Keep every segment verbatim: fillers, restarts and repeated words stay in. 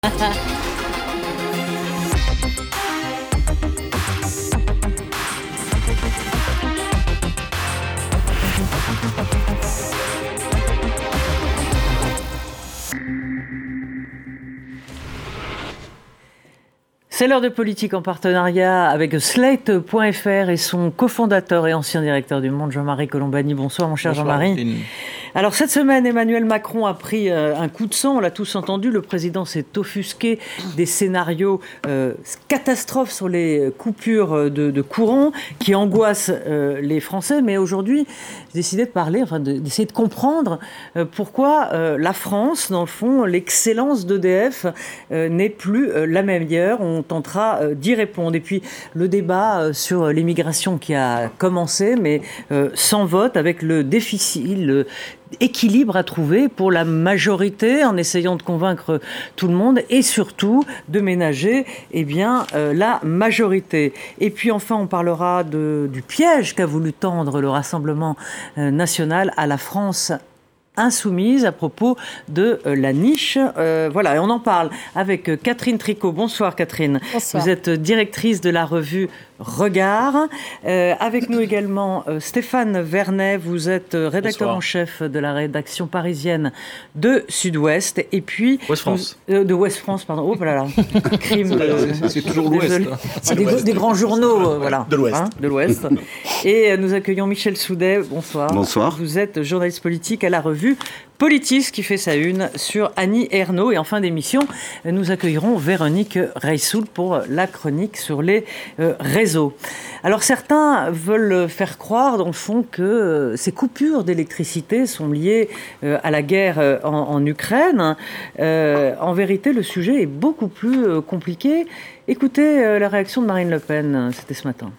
C'est l'heure de politique en partenariat avec Slate point F R et son cofondateur et ancien directeur du Monde, Jean-Marie Colombani. Bonsoir mon cher Bonsoir, Jean-Marie. Martine. Alors cette semaine, Emmanuel Macron a pris euh, un coup de sang, on l'a tous entendu. Le président s'est offusqué des scénarios euh, catastrophes sur les coupures de, de courant qui angoissent euh, les Français. Mais aujourd'hui, j'ai décidé de parler, enfin de, d'essayer de comprendre euh, pourquoi euh, la France, dans le fond, l'excellence d'E D F euh, n'est plus euh, la meilleure. On tentera euh, d'y répondre. Et puis le débat euh, sur l'immigration qui a commencé, mais euh, sans vote, avec le déficit, le équilibre à trouver pour la majorité en essayant de convaincre tout le monde et surtout de ménager eh bien, euh, la majorité. Et puis enfin, on parlera de, du piège qu'a voulu tendre le Rassemblement euh, national à la France insoumise à propos de euh, la niche. Euh, voilà, et on en parle avec euh, Catherine Tricot. Bonsoir Catherine. Bonsoir. Vous êtes directrice de la revue Regard. Euh, avec nous également euh, Stéphane Vernet. Vous êtes euh, rédacteur Bonsoir. en chef de la rédaction parisienne de Sud-Ouest. Et puis... Ouest France. Vous, euh, de Ouest France, pardon. Oh là là. Crime de... C'est, c'est toujours l'Ouest. Désolé. Hein. C'est des, des grands journaux, euh, voilà. De l'Ouest. Hein, de l'Ouest. Et euh, nous accueillons Michel Soudet. Bonsoir. Bonsoir. Vous êtes journaliste politique à la revue Politis qui fait sa une sur Annie Ernaux. Et en fin d'émission, nous accueillerons Véronique Reissoul pour la chronique sur les euh, réseaux. Alors certains veulent faire croire dans le fond que euh, ces coupures d'électricité sont liées euh, à la guerre euh, en, en Ukraine. Euh, en vérité, le sujet est beaucoup plus euh, compliqué. Écoutez euh, la réaction de Marine Le Pen, c'était ce matin.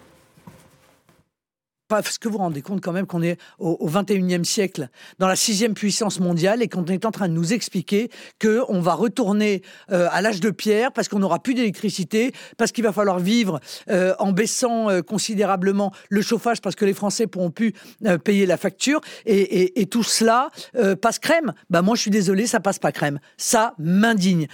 Est-ce que vous vous rendez compte quand même qu'on est au, au vingt et unième siècle, dans la sixième puissance mondiale, et qu'on est en train de nous expliquer qu'on va retourner euh, à l'âge de pierre parce qu'on n'aura plus d'électricité, parce qu'il va falloir vivre euh, en baissant euh, considérablement le chauffage parce que les Français pourront plus euh, payer la facture, et, et, et tout cela euh, passe crème. Bah moi je suis désolé, ça passe pas crème. Ça m'indigne.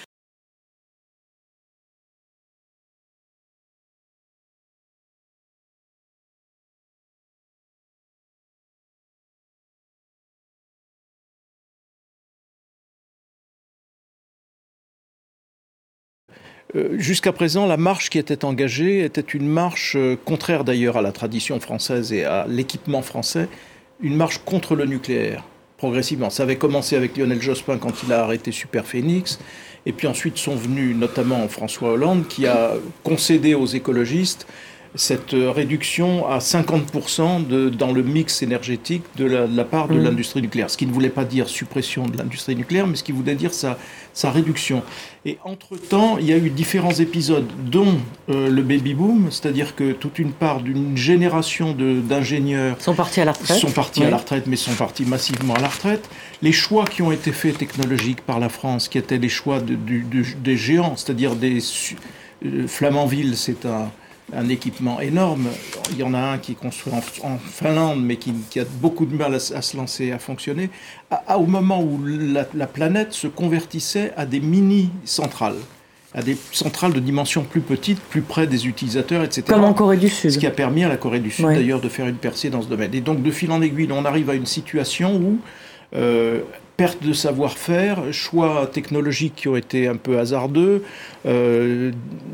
Euh, jusqu'à présent, la marche qui était engagée était une marche euh, contraire d'ailleurs à la tradition française et à l'équipement français, une marche contre le nucléaire, progressivement. Ça avait commencé avec Lionel Jospin quand il a arrêté Superphénix, et puis ensuite sont venus notamment François Hollande qui a concédé aux écologistes cette réduction à cinquante pour cent de, dans le mix énergétique de la, de la part de mmh. l'industrie nucléaire. Ce qui ne voulait pas dire suppression de l'industrie nucléaire, mais ce qui voulait dire sa, sa réduction. Et entre-temps, il y a eu différents épisodes, dont euh, le baby-boom, c'est-à-dire que toute une part d'une génération de, d'ingénieurs sont partis à la retraite. Sont partis oui. à la retraite, mais sont partis massivement à la retraite. Les choix qui ont été faits technologiques par la France, qui étaient les choix de, de, de, des géants, c'est-à-dire des... Euh, Flamanville, c'est un... un équipement énorme. Il y en a un qui est construit en, en Finlande, mais qui, qui a beaucoup de mal à, à se lancer, à fonctionner, à, à, au moment où la, la planète se convertissait à des mini-centrales, à des centrales de dimension plus petite, plus près des utilisateurs, et cetera. Comme en Corée du Sud. Ce qui a permis à la Corée du Sud, oui. d'ailleurs, de faire une percée dans ce domaine. Et donc, de fil en aiguille, on arrive à une situation où... Euh, perte de savoir-faire, choix technologiques qui ont été un peu hasardeux, euh,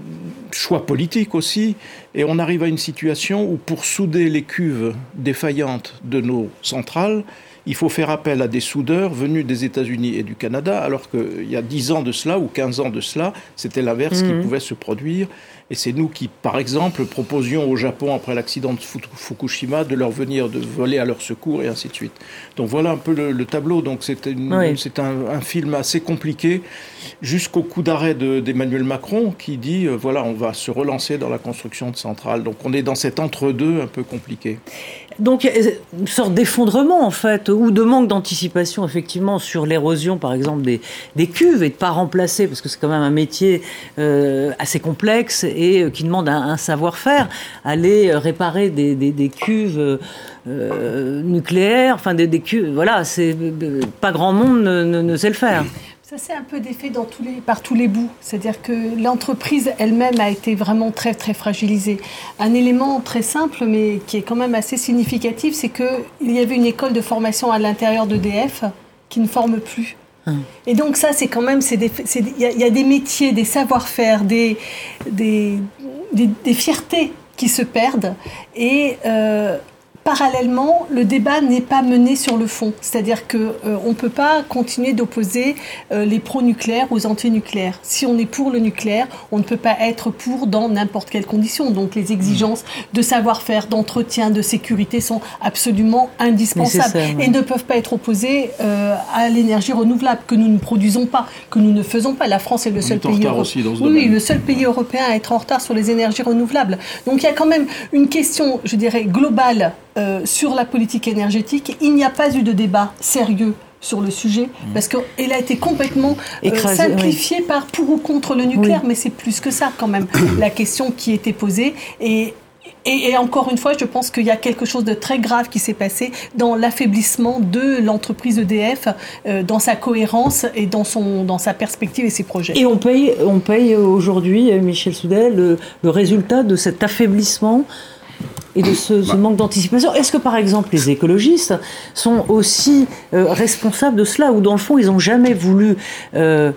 choix politiques aussi, et on arrive à une situation où pour souder les cuves défaillantes de nos centrales, il faut faire appel à des soudeurs venus des États-Unis et du Canada, alors qu'il y a dix ans de cela ou quinze ans de cela, c'était l'inverse mmh. qui pouvait se produire. Et c'est nous qui, par exemple, proposions au Japon, après l'accident de Fukushima, de leur venir de voler à leur secours et ainsi de suite. Donc voilà un peu le, le tableau. Donc c'est, une, oui. c'est un, un film assez compliqué, jusqu'au coup d'arrêt de, d'Emmanuel Macron, qui dit, euh, voilà, on va se relancer dans la construction de centrales. Donc on est dans cet entre-deux un peu compliqué. Donc, une sorte d'effondrement, en fait, ou de manque d'anticipation, effectivement, sur l'érosion, par exemple, des, des cuves, et de ne pas remplacer, parce que c'est quand même un métier euh, assez complexe et euh, qui demande un, un savoir-faire, aller réparer des, des, des cuves euh, nucléaires, enfin, des, des cuves, voilà, c'est, pas grand monde ne, ne, ne sait le faire. Ça s'est un peu défait dans tous les, par tous les bouts. C'est-à-dire que l'entreprise elle-même a été vraiment très, très fragilisée. Un élément très simple, mais qui est quand même assez significatif, c'est qu'il y avait une école de formation à l'intérieur d'E D F qui ne forme plus. Hum. Et donc ça, c'est quand même... Il y, y a des métiers, des savoir-faire, des, des, des, des fiertés qui se perdent. Et... Euh, Parallèlement, le débat n'est pas mené sur le fond. C'est-à-dire qu'on euh, ne peut pas continuer d'opposer euh, les pro-nucléaires aux anti-nucléaires. Si on est pour le nucléaire, on ne peut pas être pour dans n'importe quelle condition. Donc les exigences de savoir-faire, d'entretien, de sécurité sont absolument indispensables et ne peuvent pas être opposées euh, à l'énergie renouvelable que nous ne produisons pas, que nous ne faisons pas. La France est le seul pays euro... oui, oui, le seul pays européen à être en retard sur les énergies renouvelables. Donc il y a quand même une question, je dirais, globale Euh, sur la politique énergétique. Il n'y a pas eu de débat sérieux sur le sujet, mmh. parce qu'il a été complètement euh, Écrasé, simplifié oui. par pour ou contre le nucléaire, oui. mais c'est plus que ça quand même, la question qui était posée. Et, et, et encore une fois, je pense qu'il y a quelque chose de très grave qui s'est passé dans l'affaiblissement de l'entreprise E D F, euh, dans sa cohérence et dans, son, dans sa perspective et ses projets. Et on paye, on paye aujourd'hui, Michel Soudet, le, le résultat de cet affaiblissement et de ce, ce manque d'anticipation. Est-ce que, par exemple, les écologistes sont aussi euh, responsables de cela, ou dans le fond, ils n'ont jamais voulu euh,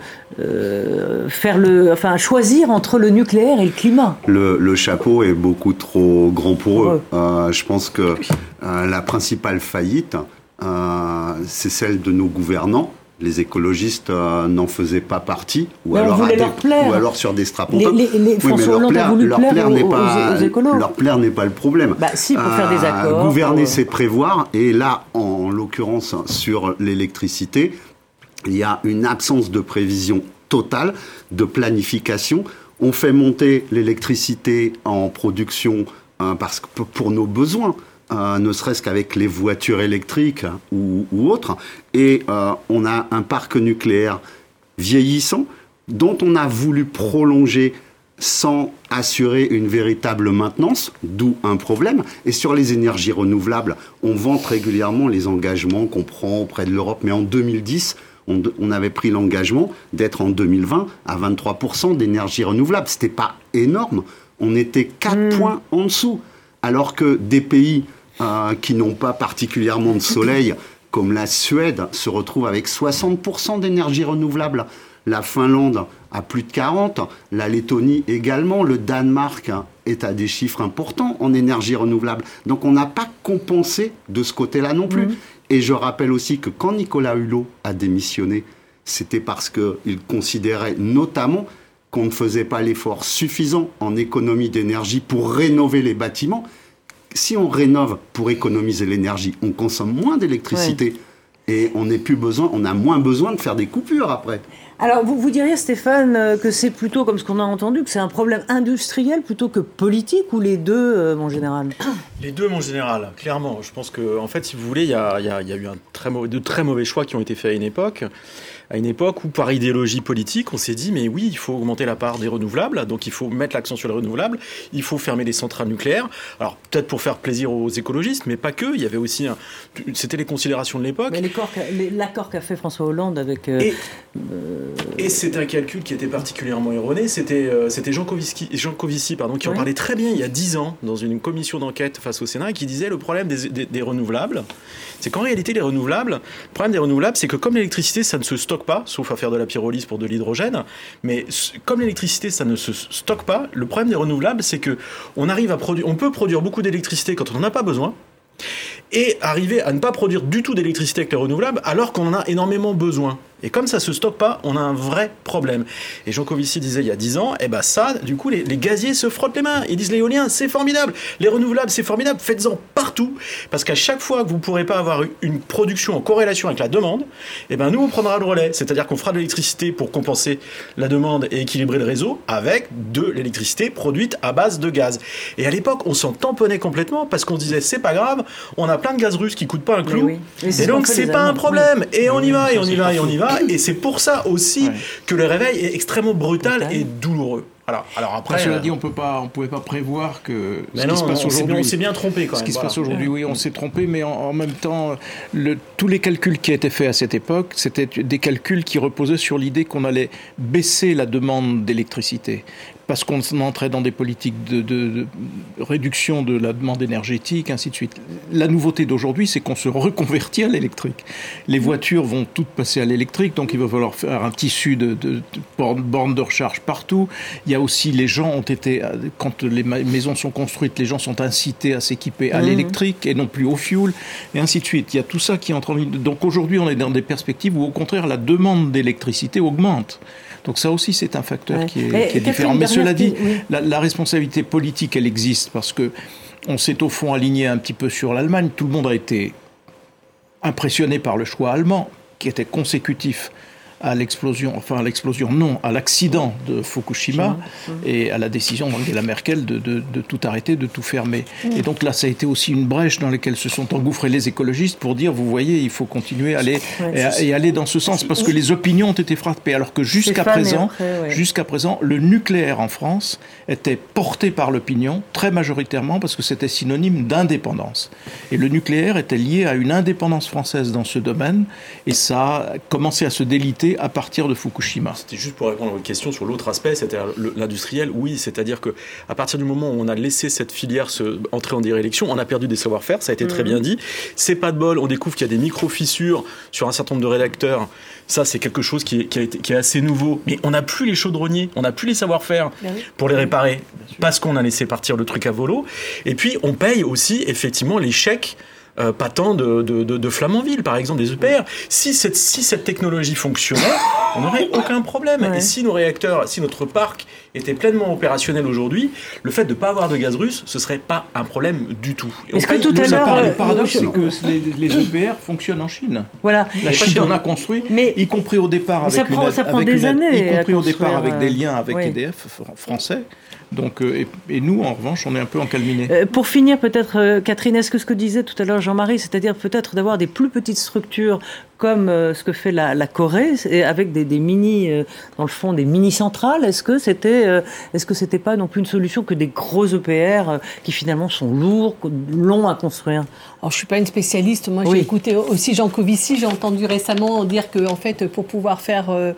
euh, faire le, enfin, choisir entre le nucléaire et le climat ? Le, le chapeau est beaucoup trop grand pour eux. Euh, je pense que euh, la principale faillite, euh, c'est celle de nos gouvernants. Les écologistes euh, n'en faisaient pas partie, ou alors, des, ou alors sur des strapontins. Les, les, les oui, mais leur plaire, leur plaire n'est pas, aux, aux écolos. Leur plaire n'est pas le problème. Bah, si, pour euh, faire des accords. Gouverner, pour... c'est prévoir. Et là, en l'occurrence, sur l'électricité, il y a une absence de prévision totale, de planification. On fait monter l'électricité en production euh, parce que pour nos besoins. Euh, ne serait-ce qu'avec les voitures électriques hein, ou, ou autres. Et euh, on a un parc nucléaire vieillissant dont on a voulu prolonger sans assurer une véritable maintenance, d'où un problème. Et sur les énergies renouvelables, on vante régulièrement les engagements qu'on prend auprès de l'Europe. Mais en deux mille dix, on, on avait pris l'engagement d'être en deux mille vingt à vingt-trois pour cent d'énergie renouvelable. C'était pas énorme. On était quatre mmh. points en dessous. Alors que des pays Euh, qui n'ont pas particulièrement de soleil, comme la Suède, se retrouvent avec soixante pour cent d'énergie renouvelable. La Finlande a plus de quarante pour cent, la Lettonie également, le Danemark est à des chiffres importants en énergie renouvelable. Donc on n'a pas compensé de ce côté-là non plus. Mmh. Et je rappelle aussi que quand Nicolas Hulot a démissionné, c'était parce qu'il considérait notamment qu'on ne faisait pas l'effort suffisant en économie d'énergie pour rénover les bâtiments. Si on rénove pour économiser l'énergie, on consomme moins d'électricité ouais. et on n'a plus besoin, on a moins besoin de faire des coupures après. Alors, vous, vous diriez, Stéphane, que c'est plutôt, comme ce qu'on a entendu, que c'est un problème industriel plutôt que politique, ou les deux, euh, mon général ? Les deux, mon général, clairement. Je pense que, en fait, si vous voulez, il y a, y a, y a eu un très mauvais, de très mauvais choix qui ont été faits à une époque. À une époque où, par idéologie politique, on s'est dit, mais oui, il faut augmenter la part des renouvelables, donc il faut mettre l'accent sur les renouvelables, il faut fermer les centrales nucléaires. Alors, peut-être pour faire plaisir aux écologistes, mais pas que. Il y avait aussi, un... c'était les considérations de l'époque. Mais l'accord qu'a fait François Hollande avec... Euh, Et... euh... Et c'est un calcul qui était particulièrement erroné. C'était, euh, c'était Jean Covici, Jean Covici pardon, qui oui. en parlait très bien il y a dix ans dans une commission d'enquête face au Sénat, et qui disait le problème des, des, des renouvelables, c'est qu'en réalité les renouvelables, le problème des renouvelables, c'est que comme l'électricité ça ne se stocke pas, sauf à faire de la pyrolyse pour de l'hydrogène, mais comme l'électricité ça ne se stocke pas, le problème des renouvelables, c'est que on arrive à produire, on peut produire beaucoup d'électricité quand on n'en a pas besoin, et arriver à ne pas produire du tout d'électricité avec les renouvelables alors qu'on en a énormément besoin. Et comme ça ne se stocke pas, on a un vrai problème. Et Jean Covici disait il y a dix ans, eh ben ça, du coup, les, les gaziers se frottent les mains. Ils disent l'éolien, c'est formidable. Les renouvelables, c'est formidable. Faites-en partout. Parce qu'à chaque fois que vous ne pourrez pas avoir une production en corrélation avec la demande, eh ben nous, on prendra le relais. C'est-à-dire qu'on fera de l'électricité pour compenser la demande et équilibrer le réseau avec de l'électricité produite à base de gaz. Et à l'époque, on s'en tamponnait complètement parce qu'on se disait, c'est pas grave, on a plein de gaz russe qui coûtent pas un clou. Oui, oui. Et, et donc, c'est pas un problème. Oui. Et on y va, et on y va, et on y va. Et c'est pour ça aussi ouais. que le réveil est extrêmement brutal Total. et douloureux. Alors, alors après, cela euh... dit, on peut pas, on pouvait pas prévoir que mais ce non, qui se passe on aujourd'hui. On s'est bien trompé quand ce même. Ce qui voilà. se passe aujourd'hui, oui, on s'est trompé, mais en, en même temps, le, tous les calculs qui étaient faits à cette époque, c'était des calculs qui reposaient sur l'idée qu'on allait baisser la demande d'électricité. Parce qu'on entrait dans des politiques de, de, de réduction de la demande énergétique, ainsi de suite. La nouveauté d'aujourd'hui, c'est qu'on se reconvertit à l'électrique. Les voitures vont toutes passer à l'électrique, donc il va falloir faire un tissu de, de, de bornes de recharge partout. Il y a aussi, les gens ont été, quand les maisons sont construites, les gens sont incités à s'équiper à mmh. l'électrique et non plus au fioul, et ainsi de suite. Il y a tout ça qui entre en ligne. Donc aujourd'hui, on est dans des perspectives où, au contraire, la demande d'électricité augmente. Donc ça aussi, c'est un facteur ouais. qui est, qui est différent. Mais cela dit, oui. la, la responsabilité politique, elle existe parce que on s'est au fond aligné un petit peu sur l'Allemagne. Tout le monde a été impressionné par le choix allemand, qui était consécutif à l'explosion, enfin à l'explosion, non, à l'accident de Fukushima mmh. et à la décision d'Angela Merkel de, de, de tout arrêter, de tout fermer. Mmh. Et donc là, ça a été aussi une brèche dans laquelle se sont engouffrés les écologistes pour dire, vous voyez, il faut continuer à aller, ouais, et, et aller dans ce sens, parce que les opinions ont été frappées, alors que jusqu'à présent, après, ouais. jusqu'à présent, le nucléaire en France était porté par l'opinion, très majoritairement, parce que c'était synonyme d'indépendance. Et le nucléaire était lié à une indépendance française dans ce domaine, et ça a commencé à se déliter à partir de Fukushima. C'était juste pour répondre à votre question sur l'autre aspect, c'est-à-dire l'industriel, oui, c'est-à-dire que à partir du moment où on a laissé cette filière se entrer en déréliction, on a perdu des savoir-faire, ça a été mmh. très bien dit. C'est pas de bol, on découvre qu'il y a des micro-fissures sur un certain nombre de réacteurs. Ça, c'est quelque chose qui est, qui, a été, qui est assez nouveau. Mais on n'a plus les chaudronniers, on n'a plus les savoir-faire oui. pour les réparer, parce qu'on a laissé partir le truc à volo. Et puis, on paye aussi, effectivement, les chèques Euh, pas tant de, de, de, de Flamanville, par exemple, des E P R. Si cette, si cette technologie fonctionnait, on n'aurait aucun problème. Ouais. Et si nos réacteurs, si notre parc était pleinement opérationnel aujourd'hui, le fait de ne pas avoir de gaz russe, ce ne serait pas un problème du tout. Est-ce que tout à l'heure... Le paradoxe, c'est que les, les E P R fonctionnent en Chine. Voilà. La Chine en a construit, mais, y compris au départ avec ça prend, une, ça prend avec des une, années y compris au départ euh, avec des liens avec oui. E D F français. Donc, euh, et, et nous, en revanche, on est un peu encalminés. Euh, pour finir, peut-être, euh, Catherine, est-ce que ce que disait tout à l'heure Jean-Marie, c'est-à-dire peut-être d'avoir des plus petites structures comme euh, ce que fait la, la Corée, avec des, des mini, euh, dans le fond, des mini-centrales, est-ce que c'était, euh, est-ce que c'était pas non plus une solution que des gros E P R euh, qui finalement sont lourds, longs à construire? Alors, je suis pas une spécialiste. Moi, j'ai oui. écouté aussi Jean Covici. J'ai entendu récemment dire que, en fait, pour pouvoir faire euh,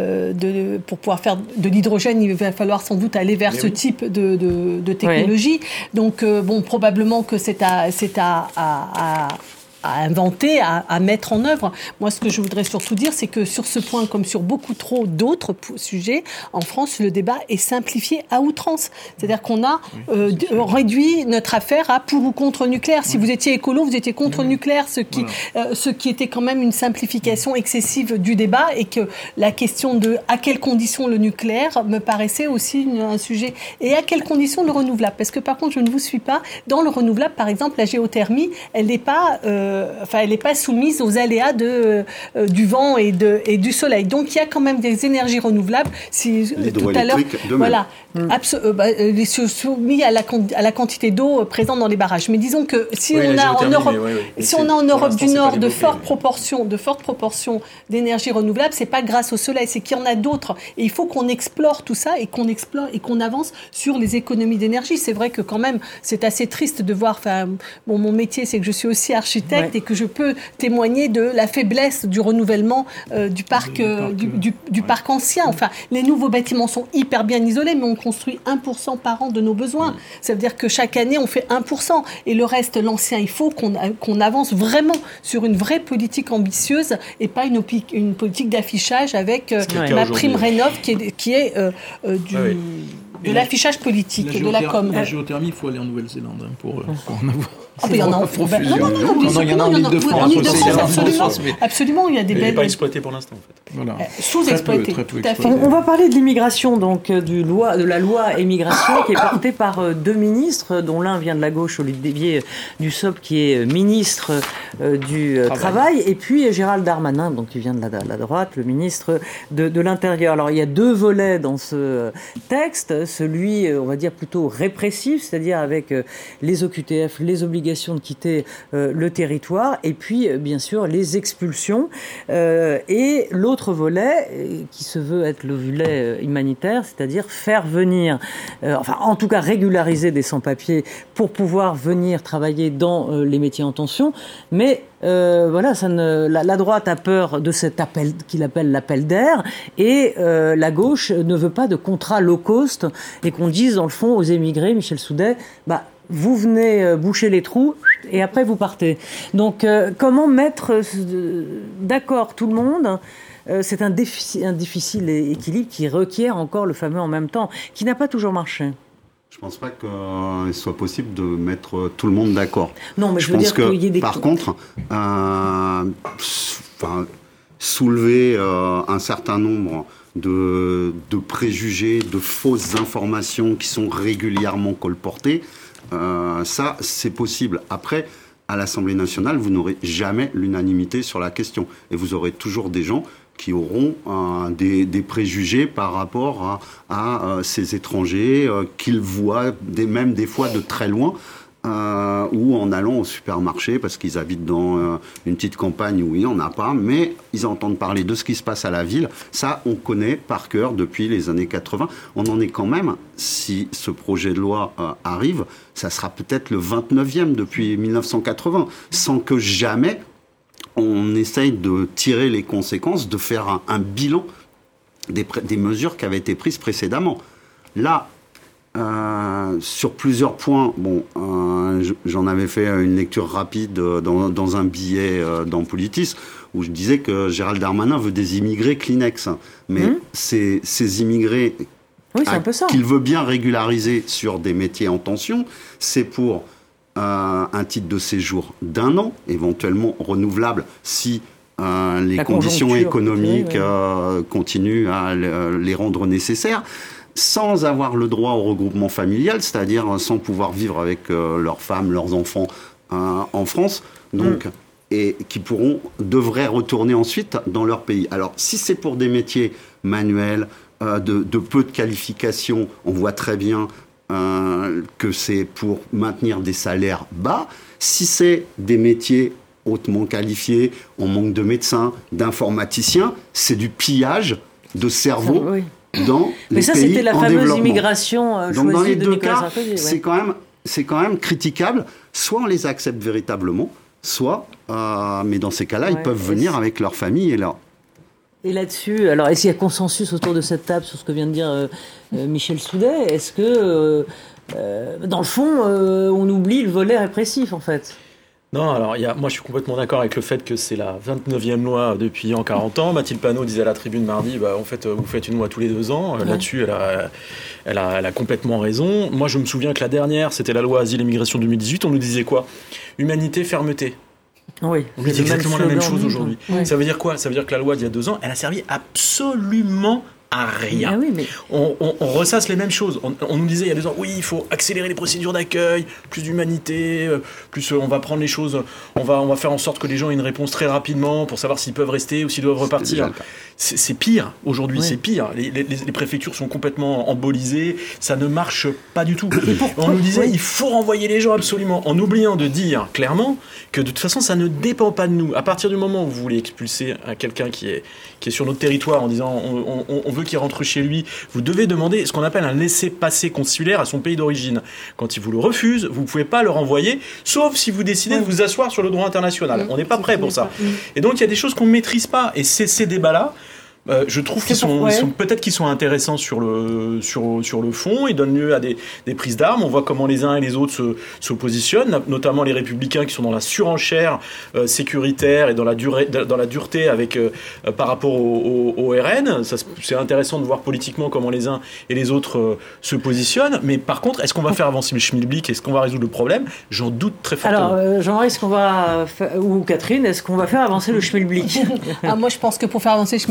de, pour pouvoir faire de l'hydrogène, il va falloir sans doute aller vers Mais ce oui. type de, de, de technologie. Oui. Donc, euh, bon, probablement que c'est à, c'est à, à, à à inventer, à, à mettre en œuvre. Moi, ce que je voudrais surtout dire, c'est que sur ce point, comme sur beaucoup trop d'autres p- sujets, en France, le débat est simplifié à outrance. C'est-à-dire qu'on a euh, d- réduit notre affaire à pour ou contre le nucléaire. Si vous étiez écolo, vous étiez contre le nucléaire, ce qui, voilà. euh, ce qui était quand même une simplification excessive du débat, et que la question de à quelles conditions le nucléaire me paraissait aussi une, un sujet. Et à quelles conditions le renouvelable? Parce que par contre, je ne vous suis pas. Dans le renouvelable, par exemple, la géothermie, elle n'est pas... Euh, Enfin, elle n'est pas soumise aux aléas de, euh, du vent et, de, et du soleil. Donc, il y a quand même des énergies renouvelables. Si, tout à l'heure, voilà, mm. abso- euh, bah, les soumis à la, à la quantité d'eau présente dans les barrages. Mais disons que si oui, on a en Europe, oui, oui. si on a en Europe du Nord de fortes proportions, de fortes proportions d'énergie renouvelable, c'est pas grâce au soleil, c'est qu'il y en a d'autres. Et il faut qu'on explore tout ça et qu'on explore et qu'on avance sur les économies d'énergie. C'est vrai que quand même, c'est assez triste de voir. Enfin, bon, mon métier, c'est que je suis aussi architecte. Ouais. Et que je peux témoigner de la faiblesse du renouvellement euh, du parc, euh, du, du, du ouais. parc ancien. Enfin, les nouveaux bâtiments sont hyper bien isolés, mais on construit un pour cent par an de nos besoins. Ouais. Ça veut dire que chaque année, on fait un pour cent. Et le reste, l'ancien, il faut qu'on, qu'on avance vraiment sur une vraie politique ambitieuse et pas une, une politique d'affichage avec euh, ma prime rénov qui est, qui est euh, euh, du... Ouais, ouais. de et l'affichage politique, la de la com. La géothermie, il faut aller en Nouvelle-Zélande hein, pour, pour en avoir. Ah, il y en a en profusion. Non, non, non, non, il y en a en Ile-de-France. Absolument, absolument, il y a des belles. Il n'est pas exploité pour l'instant, en fait. Voilà. Sous-exploité. Très peu, très peu on, on va parler de l'immigration, donc du loi, de la loi immigration qui est portée par deux ministres, dont l'un vient de la gauche, Olivier Dussopt, qui est ministre euh, du Travail. Travail, et puis Gérald Darmanin, donc qui vient de la, la droite, le ministre de, de l'Intérieur. Alors il y a deux volets dans ce texte. celui, on va dire, plutôt répressif, c'est-à-dire avec les O Q T F, les obligations de quitter le territoire, et puis, bien sûr, les expulsions. Et l'autre volet, qui se veut être le volet humanitaire, c'est-à-dire faire venir, enfin, en tout cas, régulariser des sans-papiers pour pouvoir venir travailler dans les métiers en tension. Mais Euh, voilà, ça ne, la, la droite a peur de cet appel qu'il appelle l'appel d'air, et euh, la gauche ne veut pas de contrat low cost, et qu'on dise dans le fond aux émigrés, Michel Soudet, bah vous venez euh, boucher les trous et après vous partez. Donc euh, comment mettre euh, d'accord tout le monde? euh, C'est un, défi, un difficile équilibre qui requiert encore le fameux en même temps, qui n'a pas toujours marché. Je ne pense pas qu'il soit possible de mettre tout le monde d'accord. Non, mais je, je veux pense dire que, qu'il y ait des... par contre, euh, enfin, soulever euh, un certain nombre de, de préjugés, de fausses informations qui sont régulièrement colportées, euh, ça, c'est possible. Après, à l'Assemblée nationale, vous n'aurez jamais l'unanimité sur la question. Et vous aurez toujours des gens qui auront euh, des, des préjugés par rapport à, à euh, ces étrangers euh, qu'ils voient des, même des fois de très loin, euh, ou en allant au supermarché parce qu'ils habitent dans euh, une petite campagne où il n'y en a pas, mais ils entendent parler de ce qui se passe à la ville. Ça, on connaît par cœur depuis les années quatre-vingts. On en est quand même, si ce projet de loi euh, arrive, ça sera peut-être le vingt-neuvième depuis mille neuf cent quatre-vingts, sans que jamais on essaye de tirer les conséquences, de faire un, un bilan des, des mesures qui avaient été prises précédemment. Là, euh, sur plusieurs points, bon, euh, j'en avais fait une lecture rapide dans, dans un billet euh, dans Politis, où je disais que Gérald Darmanin veut des immigrés Kleenex. Mais mmh. ces, ces immigrés oui, c'est un peu ça. qu'il veut bien régulariser sur des métiers en tension, c'est pour... Euh, un titre de séjour d'un an, éventuellement renouvelable si euh, les La conditions économiques continue, ouais. euh, continuent à les rendre nécessaires, sans avoir le droit au regroupement familial, c'est-à-dire sans pouvoir vivre avec euh, leurs femmes, leurs enfants euh, en France, donc, mm. et qui pourront, devraient retourner ensuite dans leur pays. Alors, si c'est pour des métiers manuels, euh, de, de peu de qualifications, on voit très bien Euh, que c'est pour maintenir des salaires bas. Si c'est des métiers hautement qualifiés, on manque de médecins, d'informaticiens, c'est du pillage de cerveau oui. dans Mais les ça, pays en développement. Mais ça, c'était la fameuse immigration euh, Donc, dans les de deux Nicolas cas, Sarkozy. Ouais. C'est, quand même, c'est quand même critiquable. Soit on les accepte véritablement, soit, euh, mais dans ces cas-là, ouais, ils peuvent venir avec leur famille et leur... Et là-dessus, alors est-ce qu'il y a consensus autour de cette table sur ce que vient de dire euh, euh, Michel Soudet? Est-ce que, euh, euh, dans le fond, euh, on oublie le volet répressif, en fait? Non, alors il y a, moi je suis complètement d'accord avec le fait que c'est la vingt-neuvième loi depuis en quarante ans. Mathilde Panot disait à la tribune mardi, bah, en fait, vous faites une loi tous les deux ans. Ouais. Là-dessus, elle a, elle, a, elle a complètement raison. Moi, je me souviens que la dernière, c'était la loi Asile et Migration deux mille dix-huit. On nous disait quoi? Humanité, fermeté. Oui, on dit exactement la même chose aujourd'hui. Oui. Ça veut dire quoi? Ça veut dire que la loi d'il y a deux ans, elle a servi absolument à rien. Ah oui, mais... on, on, on ressasse les mêmes choses. On, on nous disait il y a deux ans, oui, il faut accélérer les procédures d'accueil, plus d'humanité, plus euh, on va prendre les choses, on va, on va faire en sorte que les gens aient une réponse très rapidement pour savoir s'ils peuvent rester ou s'ils doivent repartir. C'est, c'est pire aujourd'hui, oui. c'est pire. Les, les, les préfectures sont complètement embolisées, ça ne marche pas du tout. On nous disait oui. il faut renvoyer les gens absolument, en oubliant de dire clairement que de toute façon ça ne dépend pas de nous. À partir du moment où vous voulez expulser quelqu'un qui est, qui est sur notre territoire en disant on, on, on veut qu'il rentre chez lui, vous devez demander ce qu'on appelle un laissez-passer consulaire à son pays d'origine. Quand il vous le refuse, vous ne pouvez pas le renvoyer, sauf si vous décidez oui. de vous asseoir sur le droit international. Oui. On n'est pas prêt pour ça. Pas. Oui. Et donc il y a des choses qu'on ne maîtrise pas. Et c'est ces débats-là, Euh, je trouve qu'ils sont, ils sont peut-être qu'ils sont intéressants sur le sur sur le fond. Ils donnent lieu à des, des prises d'armes. On voit comment les uns et les autres se, se positionnent, notamment les Républicains qui sont dans la surenchère euh, sécuritaire et dans la durée, dans la dureté avec euh, par rapport au, au, au R N. Ça, c'est intéressant de voir politiquement comment les uns et les autres euh, se positionnent. Mais par contre, est-ce qu'on va faire avancer le schmilblick? Est-ce qu'on va résoudre le problème? J'en doute très fortement. Alors, euh, Jean-Marie, est-ce qu'on va fa- ou Catherine, est-ce qu'on va faire avancer le schmilblick? Ah, moi, je pense que pour faire avancer le schmilblick, il faudrait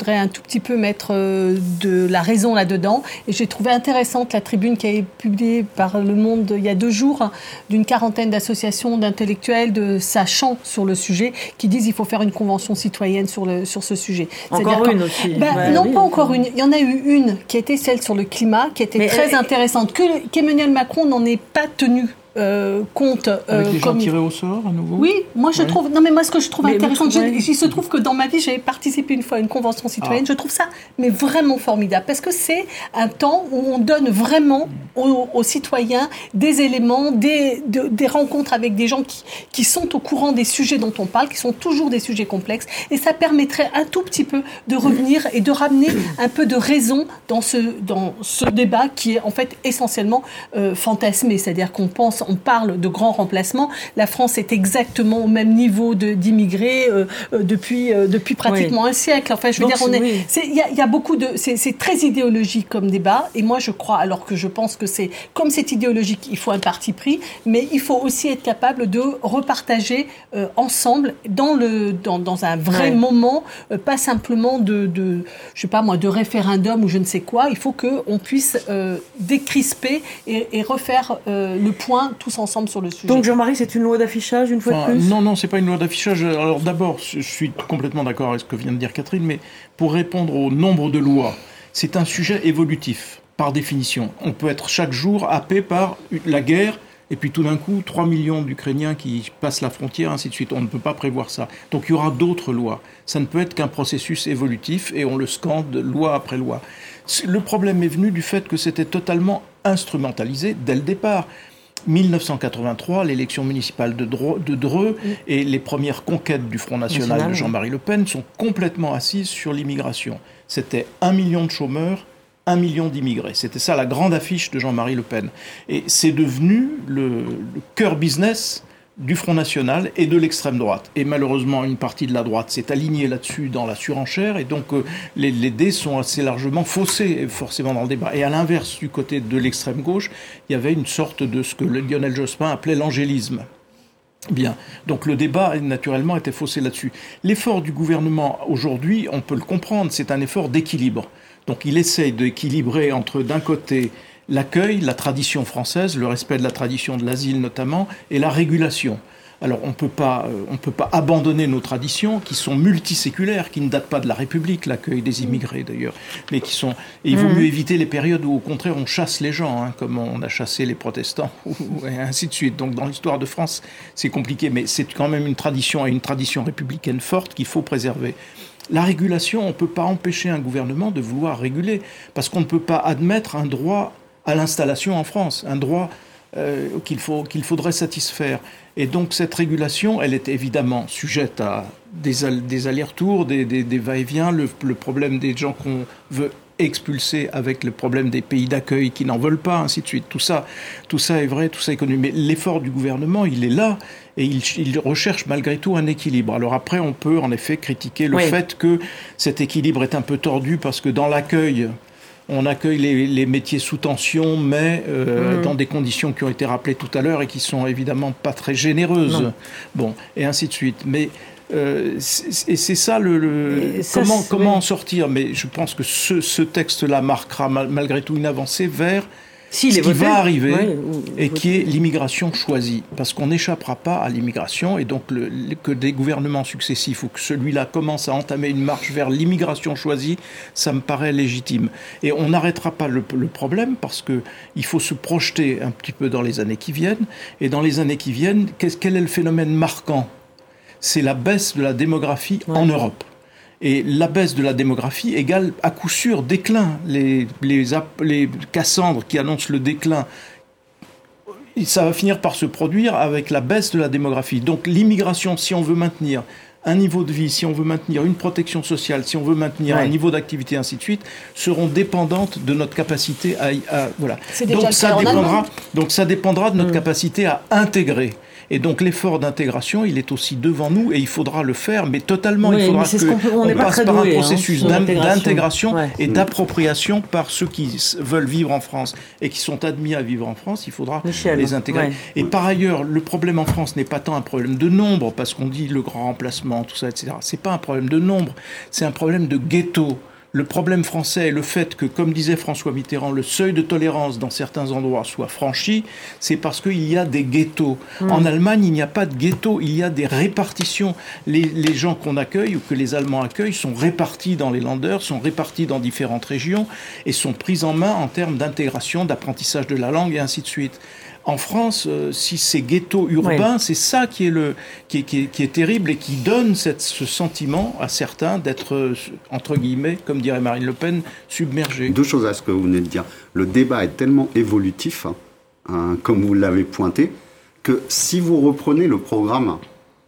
voudrait un tout petit peu mettre euh, de la raison là-dedans. Et j'ai trouvé intéressante la tribune qui a été publiée par Le Monde il y a deux jours, hein, d'une quarantaine d'associations d'intellectuels, de sachants sur le sujet, qui disent qu'il faut faire une convention citoyenne sur, le, sur ce sujet. Encore C'est-à-dire une aussi. Ben, ouais, non, oui, pas oui. encore une. Il y en a eu une qui était celle sur le climat, qui était Mais très euh, intéressante, que, qu'Emmanuel Macron n'en ait pas tenu euh, compte. Euh, Avec les gens comme... tirés au sort, à nouveau. Oui, moi je Ouais. trouve. Non, mais moi ce que je trouve Mais intéressant, vous trouvez- j'ai- il se trouve que dans ma vie, j'ai participé une fois à une convention citoyenne. Ah. Je trouve ça, mais vraiment formidable, parce que c'est un temps où on donne vraiment aux, aux citoyens des éléments, des, de- des rencontres avec des gens qui, qui sont au courant des sujets dont on parle, qui sont toujours des sujets complexes, et ça permettrait un tout petit peu de revenir et de ramener un peu de raison dans ce dans ce débat qui est en fait essentiellement euh, fantasmé, c'est-à-dire qu'on pense, on parle de grands remplacements. La France est exactement au même niveau de, d'immigrés euh, euh, depuis, euh, depuis pratiquement Oui. un siècle. Enfin, je veux Donc, dire, on est, oui. c'est, il y a, il y a beaucoup de, c'est, c'est très idéologique comme débat. Et moi, je crois, alors que je pense que c'est, comme c'est idéologique, il faut un parti pris, mais il faut aussi être capable de repartager euh, ensemble dans le, dans, dans un vrai Ouais. moment, euh, pas simplement de, de, je sais pas moi, de référendum ou je ne sais quoi. Il faut que on puisse euh, décrisper et, et refaire euh, le point tous ensemble sur le sujet. Donc Jean-Marie, c'est une loi d'affichage une fois Enfin, de plus. non, non, c'est pas une loi d'affichage. Alors d'abord, je suis complètement d'accord avec ce que vient de dire Catherine, mais pour répondre au nombre de lois, c'est un sujet évolutif, par définition. On peut être chaque jour happé par la guerre, et puis tout d'un coup, trois millions d'Ukrainiens qui passent la frontière, ainsi de suite. On ne peut pas prévoir ça. Donc il y aura d'autres lois. Ça ne peut être qu'un processus évolutif, et on le scande loi après loi. Le problème est venu du fait que c'était totalement instrumentalisé dès le départ. dix-neuf cent quatre-vingt-trois, l'élection municipale de Dreux, de Dreux mmh. et les premières conquêtes du Front National, National de Jean-Marie Le Pen sont complètement assises sur l'immigration. C'était un million de chômeurs, un million d'immigrés. C'était ça la grande affiche de Jean-Marie Le Pen. Et c'est devenu le, le cœur business du Front National et de l'extrême droite. Et malheureusement, une partie de la droite s'est alignée là-dessus dans la surenchère, et donc euh, les, les dés sont assez largement faussés, forcément, dans le débat. Et à l'inverse, du côté de l'extrême gauche, il y avait une sorte de ce que Lionel Jospin appelait l'angélisme. Bien. Donc le débat, naturellement, était faussé là-dessus. L'effort du gouvernement, aujourd'hui, on peut le comprendre, c'est un effort d'équilibre. Donc il essaye d'équilibrer entre, d'un côté, l'accueil, la tradition française, le respect de la tradition de l'asile notamment, et la régulation. Alors on peut pas, euh, on peut pas abandonner nos traditions qui sont multiséculaires, qui ne datent pas de la République, l'accueil des immigrés d'ailleurs, mais qui sont. Et il vaut mieux éviter les périodes où au contraire on chasse les gens, hein, comme on a chassé les protestants, et ainsi de suite. Donc dans l'histoire de France, c'est compliqué, mais c'est quand même une tradition et une tradition républicaine forte qu'il faut préserver. La régulation, on ne peut pas empêcher un gouvernement de vouloir réguler, parce qu'on ne peut pas admettre un droit à l'installation en France, un droit euh, qu'il faut, qu'il faudrait satisfaire. Et donc cette régulation, elle est évidemment sujette à des, all- des allers-retours, des, des, des va-et-vient, le, le problème des gens qu'on veut expulser avec le problème des pays d'accueil qui n'en veulent pas, ainsi de suite. Tout ça, tout ça est vrai, tout ça est connu. Mais l'effort du gouvernement, il est là, et il, il recherche malgré tout un équilibre. Alors après, on peut en effet critiquer le oui. fait que cet équilibre est un peu tordu, parce que dans l'accueil, on accueille les, les métiers sous tension, mais euh, mmh. dans des conditions qui ont été rappelées tout à l'heure et qui sont évidemment pas très généreuses. Non. Bon, et ainsi de suite. Mais euh, c'est, et c'est ça le, le ça, comment comment oui. en sortir. Mais je pense que ce, ce texte-là marquera mal, malgré tout une avancée vers si, ce qui voté. va arriver oui, ou, et qui est l'immigration choisie, parce qu'on n'échappera pas à l'immigration, et donc le, le, que des gouvernements successifs ou que celui-là commence à entamer une marche vers l'immigration choisie, ça me paraît légitime. Et on n'arrêtera pas le, le problème, parce que il faut se projeter un petit peu dans les années qui viennent, et dans les années qui viennent, quel est le phénomène marquant ? C'est la baisse de la démographie ouais. en Europe. Et la baisse de la démographie égale à coup sûr déclin. Les, les, les Cassandres qui annoncent le déclin, ça va finir par se produire avec la baisse de la démographie. Donc l'immigration, si on veut maintenir un niveau de vie, si on veut maintenir une protection sociale, si on veut maintenir ouais. un niveau d'activité, ainsi de suite, seront dépendantes de notre capacité à... à voilà. C'est déjà donc, le ça cas en dépendra, Allemagne. donc ça dépendra de notre mmh. capacité à intégrer. Et donc l'effort d'intégration, il est aussi devant nous et il faudra le faire, mais totalement. Oui, il faudra qu'on on passe par doué, un processus hein, d'intégration ouais. et d'appropriation par ceux qui veulent vivre en France et qui sont admis à vivre en France. Il faudra Michel, les intégrer. Ouais. Et par ailleurs, le problème en France n'est pas tant un problème de nombre, parce qu'on dit le grand remplacement, tout ça, et cetera. C'est pas un problème de nombre, c'est un problème de ghetto. Le problème français est le fait que, comme disait François Mitterrand, le seuil de tolérance dans certains endroits soit franchi, c'est parce qu'il y a des ghettos. Mmh. En Allemagne, il n'y a pas de ghettos, il y a des répartitions. Les, les gens qu'on accueille ou que les Allemands accueillent sont répartis dans les Länder, sont répartis dans différentes régions et sont pris en main en termes d'intégration, d'apprentissage de la langue et ainsi de suite. En France, euh, si ces ghettos urbains, oui. c'est ça qui est, le, qui est, qui est, qui est terrible et qui donne cette, ce sentiment à certains d'être, entre guillemets, comme dirait Marine Le Pen, submergés. Deux choses à ce que vous venez de dire. Le débat est tellement évolutif, hein, comme vous l'avez pointé, que si vous reprenez le programme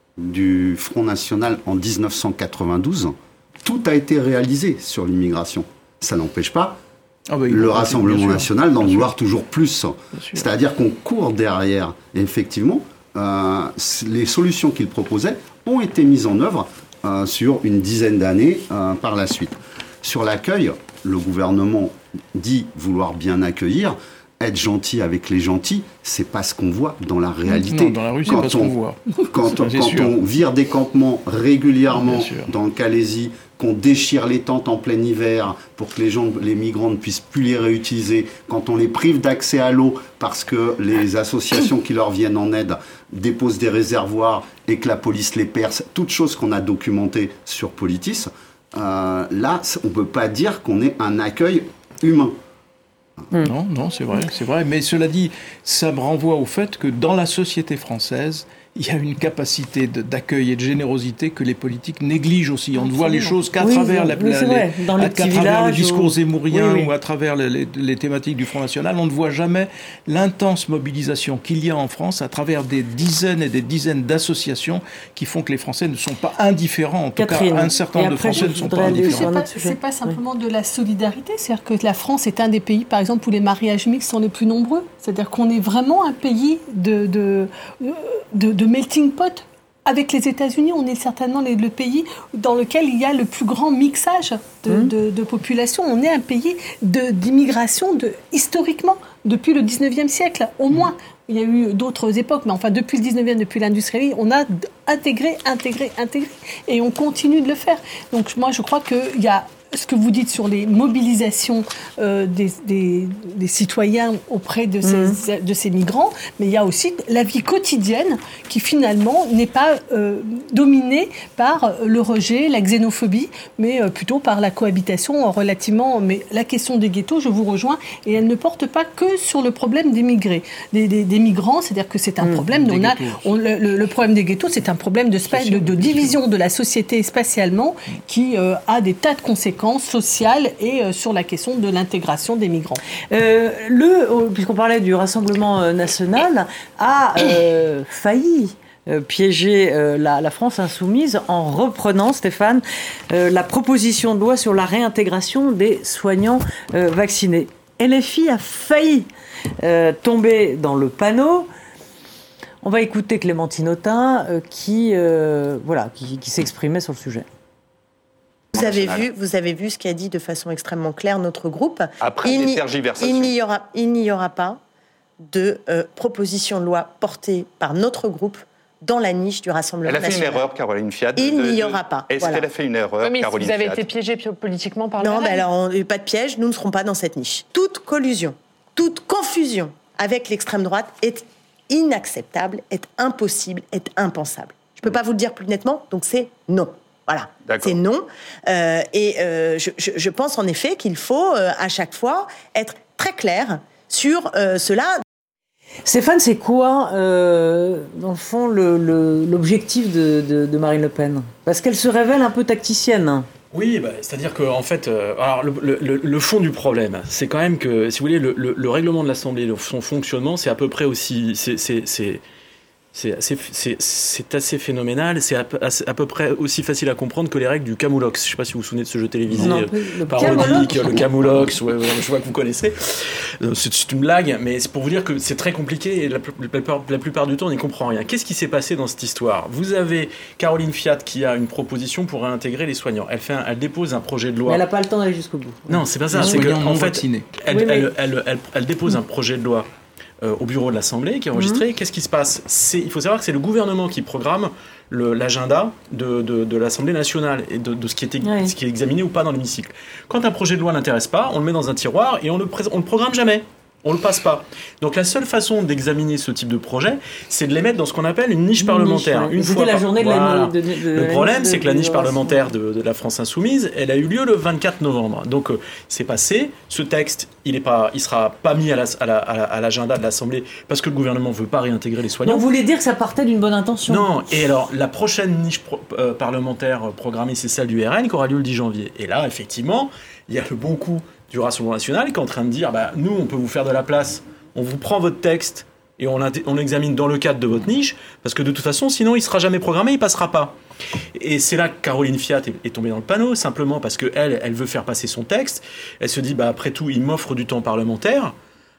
du Front National en dix-neuf cent quatre-vingt-douze, tout a été réalisé sur l'immigration. Ça n'empêche pas Ah bah, le Rassemblement national d'en vouloir toujours plus. C'est-à-dire qu'on court derrière. Et effectivement, euh, les solutions qu'il proposait ont été mises en œuvre euh, sur une dizaine d'années euh, par la suite. Sur l'accueil, le gouvernement dit vouloir bien accueillir. Être gentil avec les gentils, c'est pas ce qu'on voit dans la réalité. Non, dans la rue, c'est quand pas on, ce qu'on voit. Quand, on, quand on vire des campements régulièrement dans le Calaisis, qu'on déchire les tentes en plein hiver pour que les gens, les migrants ne puissent plus les réutiliser, quand on les prive d'accès à l'eau parce que les associations qui leur viennent en aide déposent des réservoirs et que la police les perce, toutes choses qu'on a documentées sur Politis, euh, là, on ne peut pas dire qu'on ait un accueil humain. Non, non, c'est vrai, c'est vrai. Mais cela dit, ça me renvoie au fait que dans la société française, il y a une capacité de, d'accueil et de générosité que les politiques négligent aussi. On ne voit les choses qu'à oui, travers, la, oui, la, les, dans les qu'à travers le discours ou... zémourien oui, oui. ou à travers les, les, les thématiques du Front National. On ne voit jamais l'intense mobilisation qu'il y a en France à travers des dizaines et des dizaines d'associations qui font que les Français ne sont pas indifférents. En Catherine, tout cas, un certain nombre de Français ne sont pas indifférents. C'est pas, c'est pas simplement oui. de la solidarité. C'est-à-dire que la France est un des pays, par exemple, où les mariages mixtes sont les plus nombreux. C'est-à-dire qu'on est vraiment un pays de, de, de, de melting pot. Avec les États-Unis, on est certainement le pays dans lequel il y a le plus grand mixage de, mmh. de, de population. On est un pays de, d'immigration de, historiquement, depuis le dix-neuvième siècle, au moins. Il y a eu d'autres époques, mais enfin, depuis le dix-neuvième, depuis l'industrialisation, on a intégré, intégré, intégré. Et on continue de le faire. Donc moi, je crois qu'il y a ce que vous dites sur les mobilisations euh, des, des, des citoyens auprès de ces, mmh. de ces migrants, mais il y a aussi la vie quotidienne qui finalement n'est pas euh, dominée par le rejet, la xénophobie, mais euh, plutôt par la cohabitation relativement... Mais la question des ghettos, je vous rejoins, et elle ne porte pas que sur le problème des migrés, des, des, des migrants, c'est-à-dire que c'est un mmh, problème... On a, on, le, le problème des ghettos, c'est un problème de, spa, de, de division de la société spatialement qui euh, a des tas de conséquences sociales et euh, sur la question de l'intégration des migrants. Euh, le, puisqu'on parlait du Rassemblement national, a euh, failli euh, piéger euh, la, la France insoumise en reprenant, Stéphane, euh, la proposition de loi sur la réintégration des soignants euh, vaccinés. L F I a failli euh, tomber dans le panneau. On va écouter Clémentine Autain euh, qui, euh, voilà, qui, qui s'exprimait sur le sujet. Vous avez vu, vous avez vu ce qu'a dit de façon extrêmement claire notre groupe. Après il des tergiversations. Il n'y aura, il n'y aura pas de euh, proposition de loi portée par notre groupe dans la niche du Rassemblement national. Elle a fait national. Une erreur, Caroline Fiat. Il de, n'y de, aura pas. Est-ce voilà. qu'elle a fait une erreur, oui, mais Caroline Fiat ? Vous avez Fiat. été piégé politiquement par le Non, ben alors, on, pas de piège, nous ne serons pas dans cette niche. Toute collusion, toute confusion avec l'extrême droite est inacceptable, est impossible, est impensable. Je ne peux pas vous le dire plus nettement, donc c'est non. Voilà, D'accord. c'est non. Euh, et euh, je, je, je pense en effet qu'il faut euh, à chaque fois être très clair sur euh, cela. Stéphane, c'est quoi, euh, dans le fond, le, le, l'objectif de, de, de Marine Le Pen ? Parce qu'elle se révèle un peu tacticienne. Oui, bah, c'est-à-dire qu'en fait, euh, alors le, le, le fond du problème, c'est quand même que, si vous voulez, le, le, le règlement de l'Assemblée, son fonctionnement, c'est à peu près aussi... C'est, c'est, c'est, C'est assez, c'est, c'est assez phénoménal. C'est à, à, à peu près aussi facile à comprendre que les règles du Camoulox. Je ne sais pas si vous vous souvenez de ce jeu télévisé non, euh, parodique, le Camoulox. Ouais, ouais, je vois que vous connaissez. C'est, c'est une blague, mais c'est pour vous dire que c'est très compliqué et la, la, plupart, la plupart du temps, on n'y comprend rien. Qu'est-ce qui s'est passé dans cette histoire ? Vous avez Caroline Fiat qui a une proposition pour réintégrer les soignants. Elle, fait un, elle dépose un projet de loi. Mais elle n'a pas le temps d'aller jusqu'au bout. Non, c'est pas ça. Les c'est que, en fait, elle, oui, mais... elle, elle, elle, elle dépose un projet de loi Euh, au bureau de l'Assemblée, qui est enregistré. Mmh. Qu'est-ce qui se passe ? C'est, il faut savoir que c'est le gouvernement qui programme le, l'agenda de, de, de l'Assemblée nationale et de, de ce, qui est, oui. ce qui est examiné ou pas dans l'hémicycle. Quand un projet de loi n'intéresse pas, on le met dans un tiroir et on ne le, on le programme jamais. On le passe pas. Donc la seule façon d'examiner ce type de projet, c'est de les mettre dans ce qu'on appelle une niche parlementaire. Niche, ouais. Une C'était fois la par... journée voilà. de, la, de, de, de Le problème, de, c'est que la de, niche de, parlementaire de, de la France Insoumise, elle a eu lieu le vingt-quatre novembre. Donc euh, c'est passé. Ce texte, il est pas, il sera pas mis à, la, à, la, à l'agenda de l'Assemblée parce que le gouvernement veut pas réintégrer les soignants. Donc vous voulez dire que ça partait d'une bonne intention ? Non. Et alors la prochaine niche pro, euh, parlementaire programmée, c'est celle du R N qui aura lieu le dix janvier. Et là, effectivement, il y a le bon coup du Rassemblement national qui est en train de dire, bah, nous, on peut vous faire de la place. On vous prend votre texte et on, on l'examine dans le cadre de votre niche, parce que de toute façon, sinon, il ne sera jamais programmé, il ne passera pas. Et c'est là que Caroline Fiat est, est tombée dans le panneau, simplement parce qu'elle, elle veut faire passer son texte. Elle se dit, bah, après tout, il m'offre du temps parlementaire.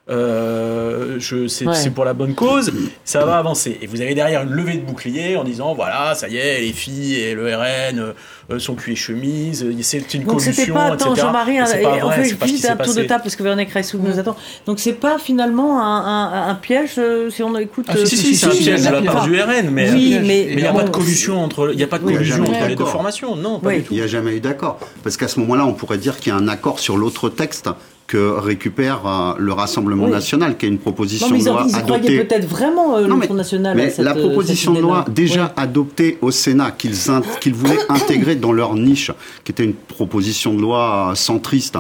Euh, je, c'est, ouais. c'est pour la bonne cause, ça va avancer. Et vous avez derrière une levée de bouclier en disant voilà, ça y est, les filles et le R N euh, sont cuits et chemises, c'est une donc collusion, c'était pas, attends, et cetera. Jean-Marie, vrai, on fait vite un tour de table parce que Véronique Reissoub nous attend. Donc c'est pas finalement un, un, un piège euh, si on écoute. Ah, si, si, si, c'est un piège de la part du R N, mais oui, mais il n'y a pas de collusion entre, il y a pas de collusion entre les deux formations, non, pas oui. du tout. Il n'y a jamais eu d'accord, parce qu'à ce moment-là, on pourrait dire qu'il y a un accord sur l'autre texte que récupère euh, le Rassemblement oui. national, qui est une proposition non, mais de loi ils, ils adoptée. Ils peut-être vraiment euh, non, le Front National. Mais cette, la proposition de loi déjà oui. adoptée au Sénat, qu'ils, in- qu'ils voulaient intégrer dans leur niche, qui était une proposition de loi centriste,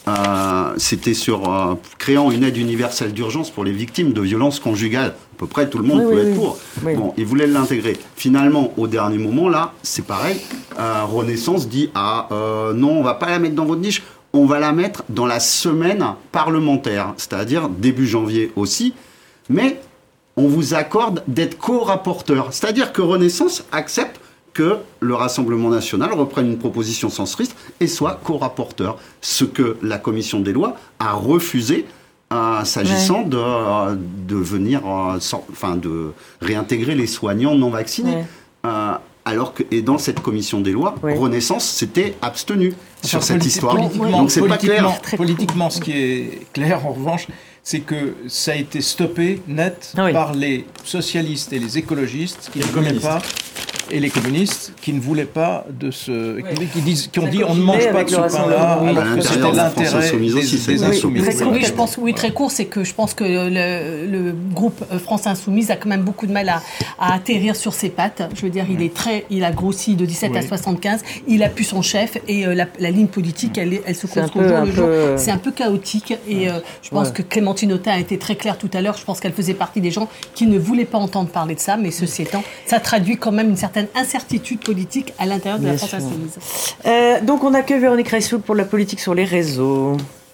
euh, c'était sur euh, créant une aide universelle d'urgence pour les victimes de violences conjugales. À peu près tout le monde oui, pouvait oui, être pour. Oui. Bon, ils voulaient l'intégrer. Finalement, au dernier moment, là, c'est pareil. Euh, Renaissance dit ah euh, non, on va pas la mettre dans votre niche. On va la mettre dans la semaine parlementaire, c'est-à-dire début janvier aussi, mais on vous accorde d'être co-rapporteur. C'est-à-dire que Renaissance accepte que le Rassemblement national reprenne une proposition centriste et soit co-rapporteur, ce que la Commission des lois a refusé euh, s'agissant ouais. de, euh, de venir, euh, sans, enfin, de réintégrer les soignants non vaccinés. Ouais. Euh, Alors que, et dans cette commission des lois, oui. Renaissance s'était abstenue enfin, sur cette histoire. Politiquement, Donc c'est pas clair. Politiquement, ce qui est clair, en revanche, c'est que ça a été stoppé net ah oui. par les socialistes et les écologistes qui ne voulaient pas, et les communistes qui ne voulaient pas de ce, oui. qui, qui, disent, qui ont dit on ne mange pas de ce pain-là, oui. alors que c'était l'intérêt des, aussi, des insoumis. Très court, oui, je pense, oui, très court, c'est que je pense que le, le groupe France Insoumise a quand même beaucoup de mal à, à atterrir sur ses pattes. Je veux dire, il est très, il a grossi de dix-sept oui. à soixante-quinze, il a pu son chef et euh, la, la ligne politique, elle, elle se construit au jour le jour. C'est un peu chaotique et euh, je pense ouais. que Clémentine Autain a été très claire tout à l'heure. Je pense qu'elle faisait partie des gens qui ne voulaient pas entendre parler de ça, mais ceci étant, ça traduit quand même une certaine incertitude politique à l'intérieur de Bien la France sûr. Insoumise. Euh, donc on accueille Véronique Reissoub pour la politique sur les réseaux.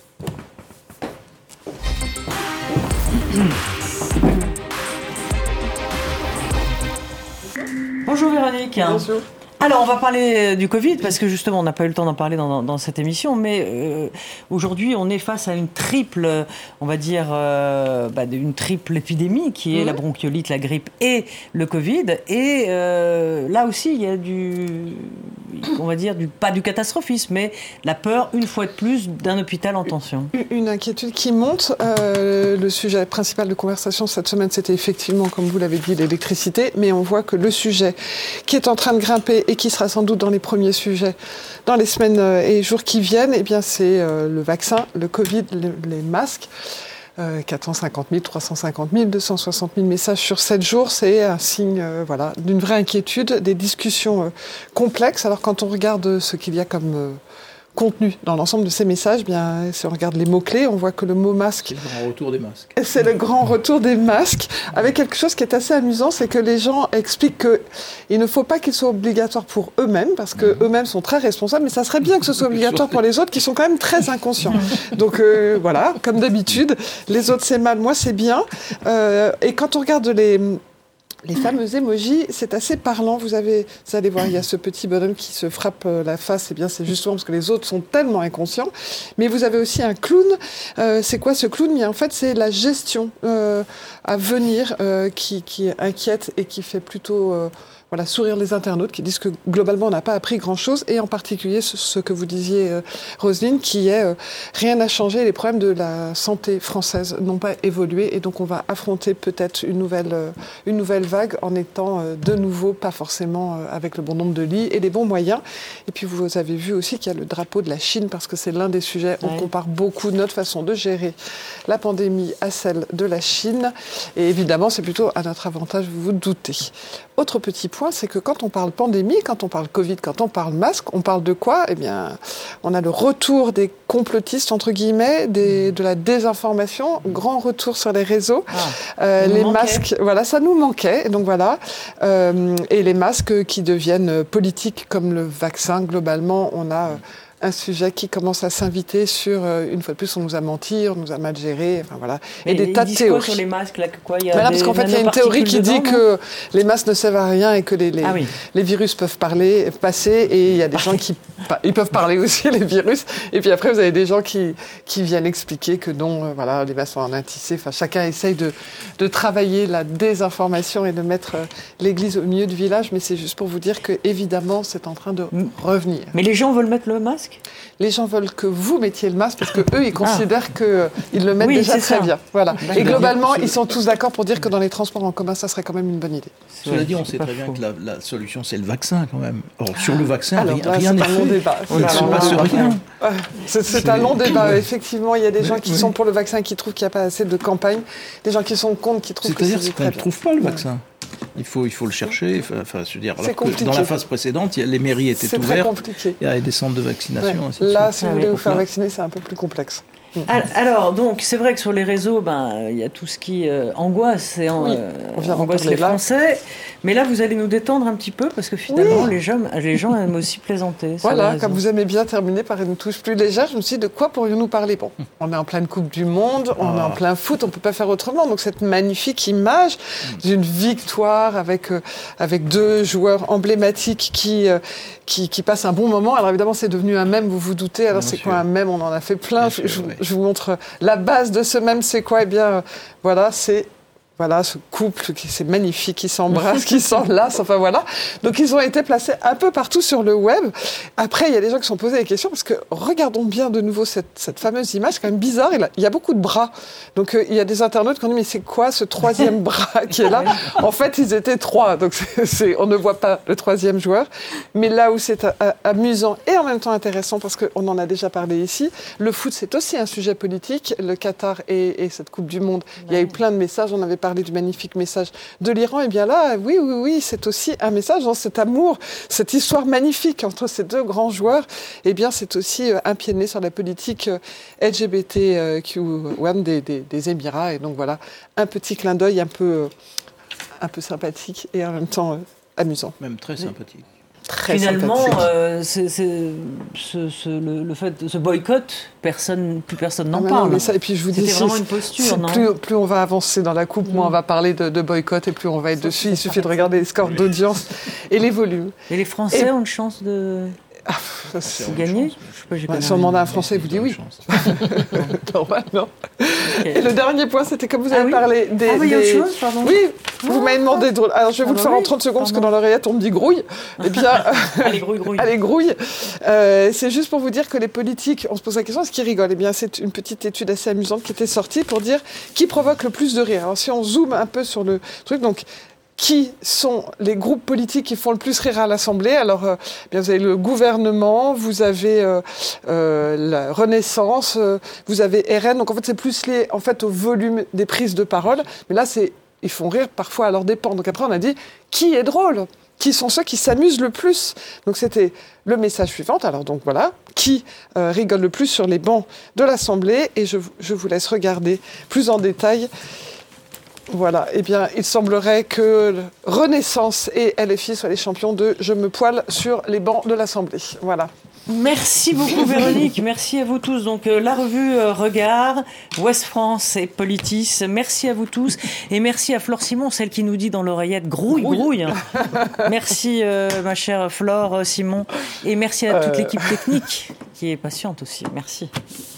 Bonjour Véronique. Bonjour. Alors, on va parler du Covid, parce que justement, on n'a pas eu le temps d'en parler dans, dans, dans cette émission, mais euh, aujourd'hui, on est face à une triple, on va dire, euh, bah, une triple épidémie, qui est mmh. la bronchiolite, la grippe et le Covid. Et euh, là aussi, il y a du, on va dire, du, pas du catastrophisme, mais la peur, une fois de plus, d'un hôpital en tension. Une inquiétude qui monte. Euh, le sujet principal de conversation cette semaine, c'était effectivement, comme vous l'avez dit, l'électricité, mais on voit que le sujet qui est en train de grimper et qui sera sans doute dans les premiers sujets dans les semaines et jours qui viennent, eh bien c'est euh, le vaccin, le Covid, le, les masques. Euh, quatre cent cinquante mille, trois cent cinquante mille, deux cent soixante mille messages sur sept jours, c'est un signe euh, voilà, d'une vraie inquiétude, des discussions euh, complexes. Alors quand on regarde ce qu'il y a comme euh, contenu dans l'ensemble de ces messages, bien, si on regarde les mots-clés, on voit que le mot masque... C'est le grand retour des masques. C'est le grand retour des masques, avec quelque chose qui est assez amusant, c'est que les gens expliquent qu'il ne faut pas qu'ils soient obligatoires pour eux-mêmes, parce qu'eux-mêmes sont très responsables, mais ça serait bien que ce soit obligatoire pour les autres, qui sont quand même très inconscients. Donc euh, voilà, comme d'habitude, les autres c'est mal, moi c'est bien. Euh, et quand on regarde les... Les fameux emojis, c'est assez parlant. Vous, avez, vous allez voir, il y a ce petit bonhomme qui se frappe la face. Eh bien, c'est justement parce que les autres sont tellement inconscients. Mais vous avez aussi un clown. Euh, c'est quoi ce clown? Mais en fait, c'est la gestion euh, à venir euh, qui, qui inquiète et qui fait plutôt... Euh, Voilà, sourire les internautes qui disent que globalement on n'a pas appris grand-chose, et en particulier ce, ce que vous disiez, euh, Roselyne, qui est euh, rien n'a changé, les problèmes de la santé française n'ont pas évolué, et donc on va affronter peut-être une nouvelle, euh, une nouvelle vague en étant euh, de nouveau pas forcément euh, avec le bon nombre de lits et les bons moyens. Et puis vous avez vu aussi qu'il y a le drapeau de la Chine, parce que c'est l'un des sujets, on ouais. compare beaucoup notre façon de gérer la pandémie à celle de la Chine, et évidemment c'est plutôt à notre avantage, vous vous doutez. Autre petit point, c'est que quand on parle pandémie, quand on parle Covid, quand on parle masque, on parle de quoi? Eh bien, on a le retour des complotistes, entre guillemets, des, de la désinformation, grand retour sur les réseaux. Ah, euh, les manquait. masques, voilà, ça nous manquait. Donc voilà. Euh, et les masques qui deviennent politiques, comme le vaccin, globalement, on a... Euh, un sujet qui commence à s'inviter sur, euh, une fois de plus, on nous a menti, on nous a mal géré, enfin voilà. Et, et des tas de théories. Quoi sur les masques, là, quoi, il y a voilà, parce qu'en fait, il y a une théorie qui dit dedans, que les masques ne servent à rien et que les, les, ah oui. les virus peuvent parler, passer, et il y a des gens qui... Ils peuvent parler aussi, les virus, et puis après, vous avez des gens qui, qui viennent expliquer que non, euh, voilà, les masques sont en intissé, enfin, chacun essaye de, de travailler la désinformation et de mettre euh, l'église au milieu du village, mais c'est juste pour vous dire que, évidemment, c'est en train de revenir. Mais les gens veulent mettre le masque? Les gens veulent que vous mettiez le masque parce que eux, ils considèrent ah. qu'ils le mettent oui, déjà très ça. bien. Voilà. Et globalement, ils sont tous d'accord pour dire que dans les transports en commun, ça serait quand même une bonne idée. Cela ouais, dit, on sait très bien faux. que la, la solution, c'est le vaccin quand même. Or, sur le vaccin, Alors, rien, là, rien n'est fait. Long débat. Il ne se passe rien. C'est, c'est un long débat. Effectivement, il y a des gens qui oui. sont pour le vaccin qui trouvent qu'il n'y a pas assez de campagne. Des gens qui sont contre qui trouvent que c'est C'est-à-dire qu'on ne trouve pas le vaccin. Il faut, il faut le chercher. Enfin, je veux dire, alors que dans la phase précédente, les mairies étaient c'est ouvertes. Il y a des centres de vaccination. Ouais. Là, si vous voulez vous faire vacciner, c'est un peu plus complexe. Alors, donc, c'est vrai que sur les réseaux, ben, il y a tout ce qui euh, angoisse et en, oui, euh, angoisse les Français. Mais là, vous allez nous détendre un petit peu parce que finalement, oui. les, gens, les gens aiment aussi plaisanter. Voilà, comme vous aimez bien terminer par une touche plus légère, je me suis dit, de quoi pourrions-nous parler? Bon, on est en pleine Coupe du Monde, on ah. est en plein foot, on ne peut pas faire autrement. Donc, cette magnifique image d'une victoire avec, euh, avec deux joueurs emblématiques qui, euh, qui, qui passent un bon moment. Alors, évidemment, c'est devenu un mème, vous vous doutez. Alors, bien c'est sûr. Quoi un mème? On en a fait plein. Je, je, ouais. je vous montre la base de ce mème, c'est quoi? Eh bien, euh, voilà, c'est... Voilà, ce couple qui c'est magnifique, qui s'embrasse, qui s'enlace, enfin voilà. Donc ils ont été placés un peu partout sur le web. Après, il y a des gens qui se sont posés des questions parce que regardons bien de nouveau cette, cette fameuse image, c'est quand même bizarre. Il y a beaucoup de bras. Donc euh, il y a des internautes qui ont dit mais c'est quoi ce troisième bras qui est là? En fait, ils étaient trois, donc c'est, c'est, on ne voit pas le troisième joueur. Mais là où c'est a, a, amusant et en même temps intéressant parce qu'on en a déjà parlé ici, le foot c'est aussi un sujet politique. Le Qatar et, et cette Coupe du Monde, ouais. il y a eu plein de messages. On avait parler du magnifique message de l'Iran, et bien là, oui, oui, oui, c'est aussi un message dans cet amour, cette histoire magnifique entre ces deux grands joueurs, et bien c'est aussi un pied de nez sur la politique L G B T Q un des, des, des Émirats, et donc voilà, un petit clin d'œil un peu, un peu sympathique et en même temps amusant. Même très sympathique. Très Finalement, euh, c'est, c'est, ce, ce, le, le fait de ce boycott, personne, plus personne n'en ah parle. Non, mais ça, et puis je vous C'était dis, vraiment une posture, non plus, plus on va avancer dans la coupe, mmh. moins on va parler de, de boycott et plus on va être ça, dessus. Il suffit de regarder les scores d'audience et les volumes. Et les Français et... ont une chance de... Ah, ça, gagner je sais pas, j'ai bah, pas si on demande à un Français, il vous dit oui. Normalement. Okay. Et le dernier point, c'était comme vous avez ah, oui. parlé des... Ah oui, il y a des... autre chose, pardon. Oui, ah, vous m'avez demandé... De... Alors, je vais ah, vous bah le faire oui. en trente secondes, pardon. Parce que dans l'oreillette, on me dit grouille. Eh bien... Allez, grouille, grouille. Allez, grouille. Euh, c'est juste pour vous dire que les politiques, on se pose la question, est-ce qu'ils rigolent? Eh bien, c'est une petite étude assez amusante qui était sortie pour dire qui provoque le plus de rire. Alors, si on zoome un peu sur le truc, donc... Qui sont les groupes politiques qui font le plus rire à l'Assemblée? Alors, euh, bien, vous avez le gouvernement, vous avez euh, euh, la Renaissance, euh, vous avez R N. Donc, en fait, c'est plus lié en fait, au volume des prises de parole. Mais là, c'est, ils font rire parfois à leurs dépens. Donc, après, on a dit qui est drôle? Qui sont ceux qui s'amusent le plus? Donc, c'était le message suivant. Alors, donc, voilà. Qui euh, rigole le plus sur les bancs de l'Assemblée? Et je, je vous laisse regarder plus en détail Voilà, eh bien, il semblerait que Renaissance et L F I soient les champions de « Je me poile » sur les bancs de l'Assemblée. Voilà. Merci beaucoup Véronique, merci à vous tous. Donc euh, la revue euh, Regard, Ouest France et Politis, merci à vous tous et merci à Flore Simon, celle qui nous dit dans l'oreillette grouille, grouille. Merci euh, ma chère Flore Simon et merci à toute l'équipe technique qui est patiente aussi. Merci.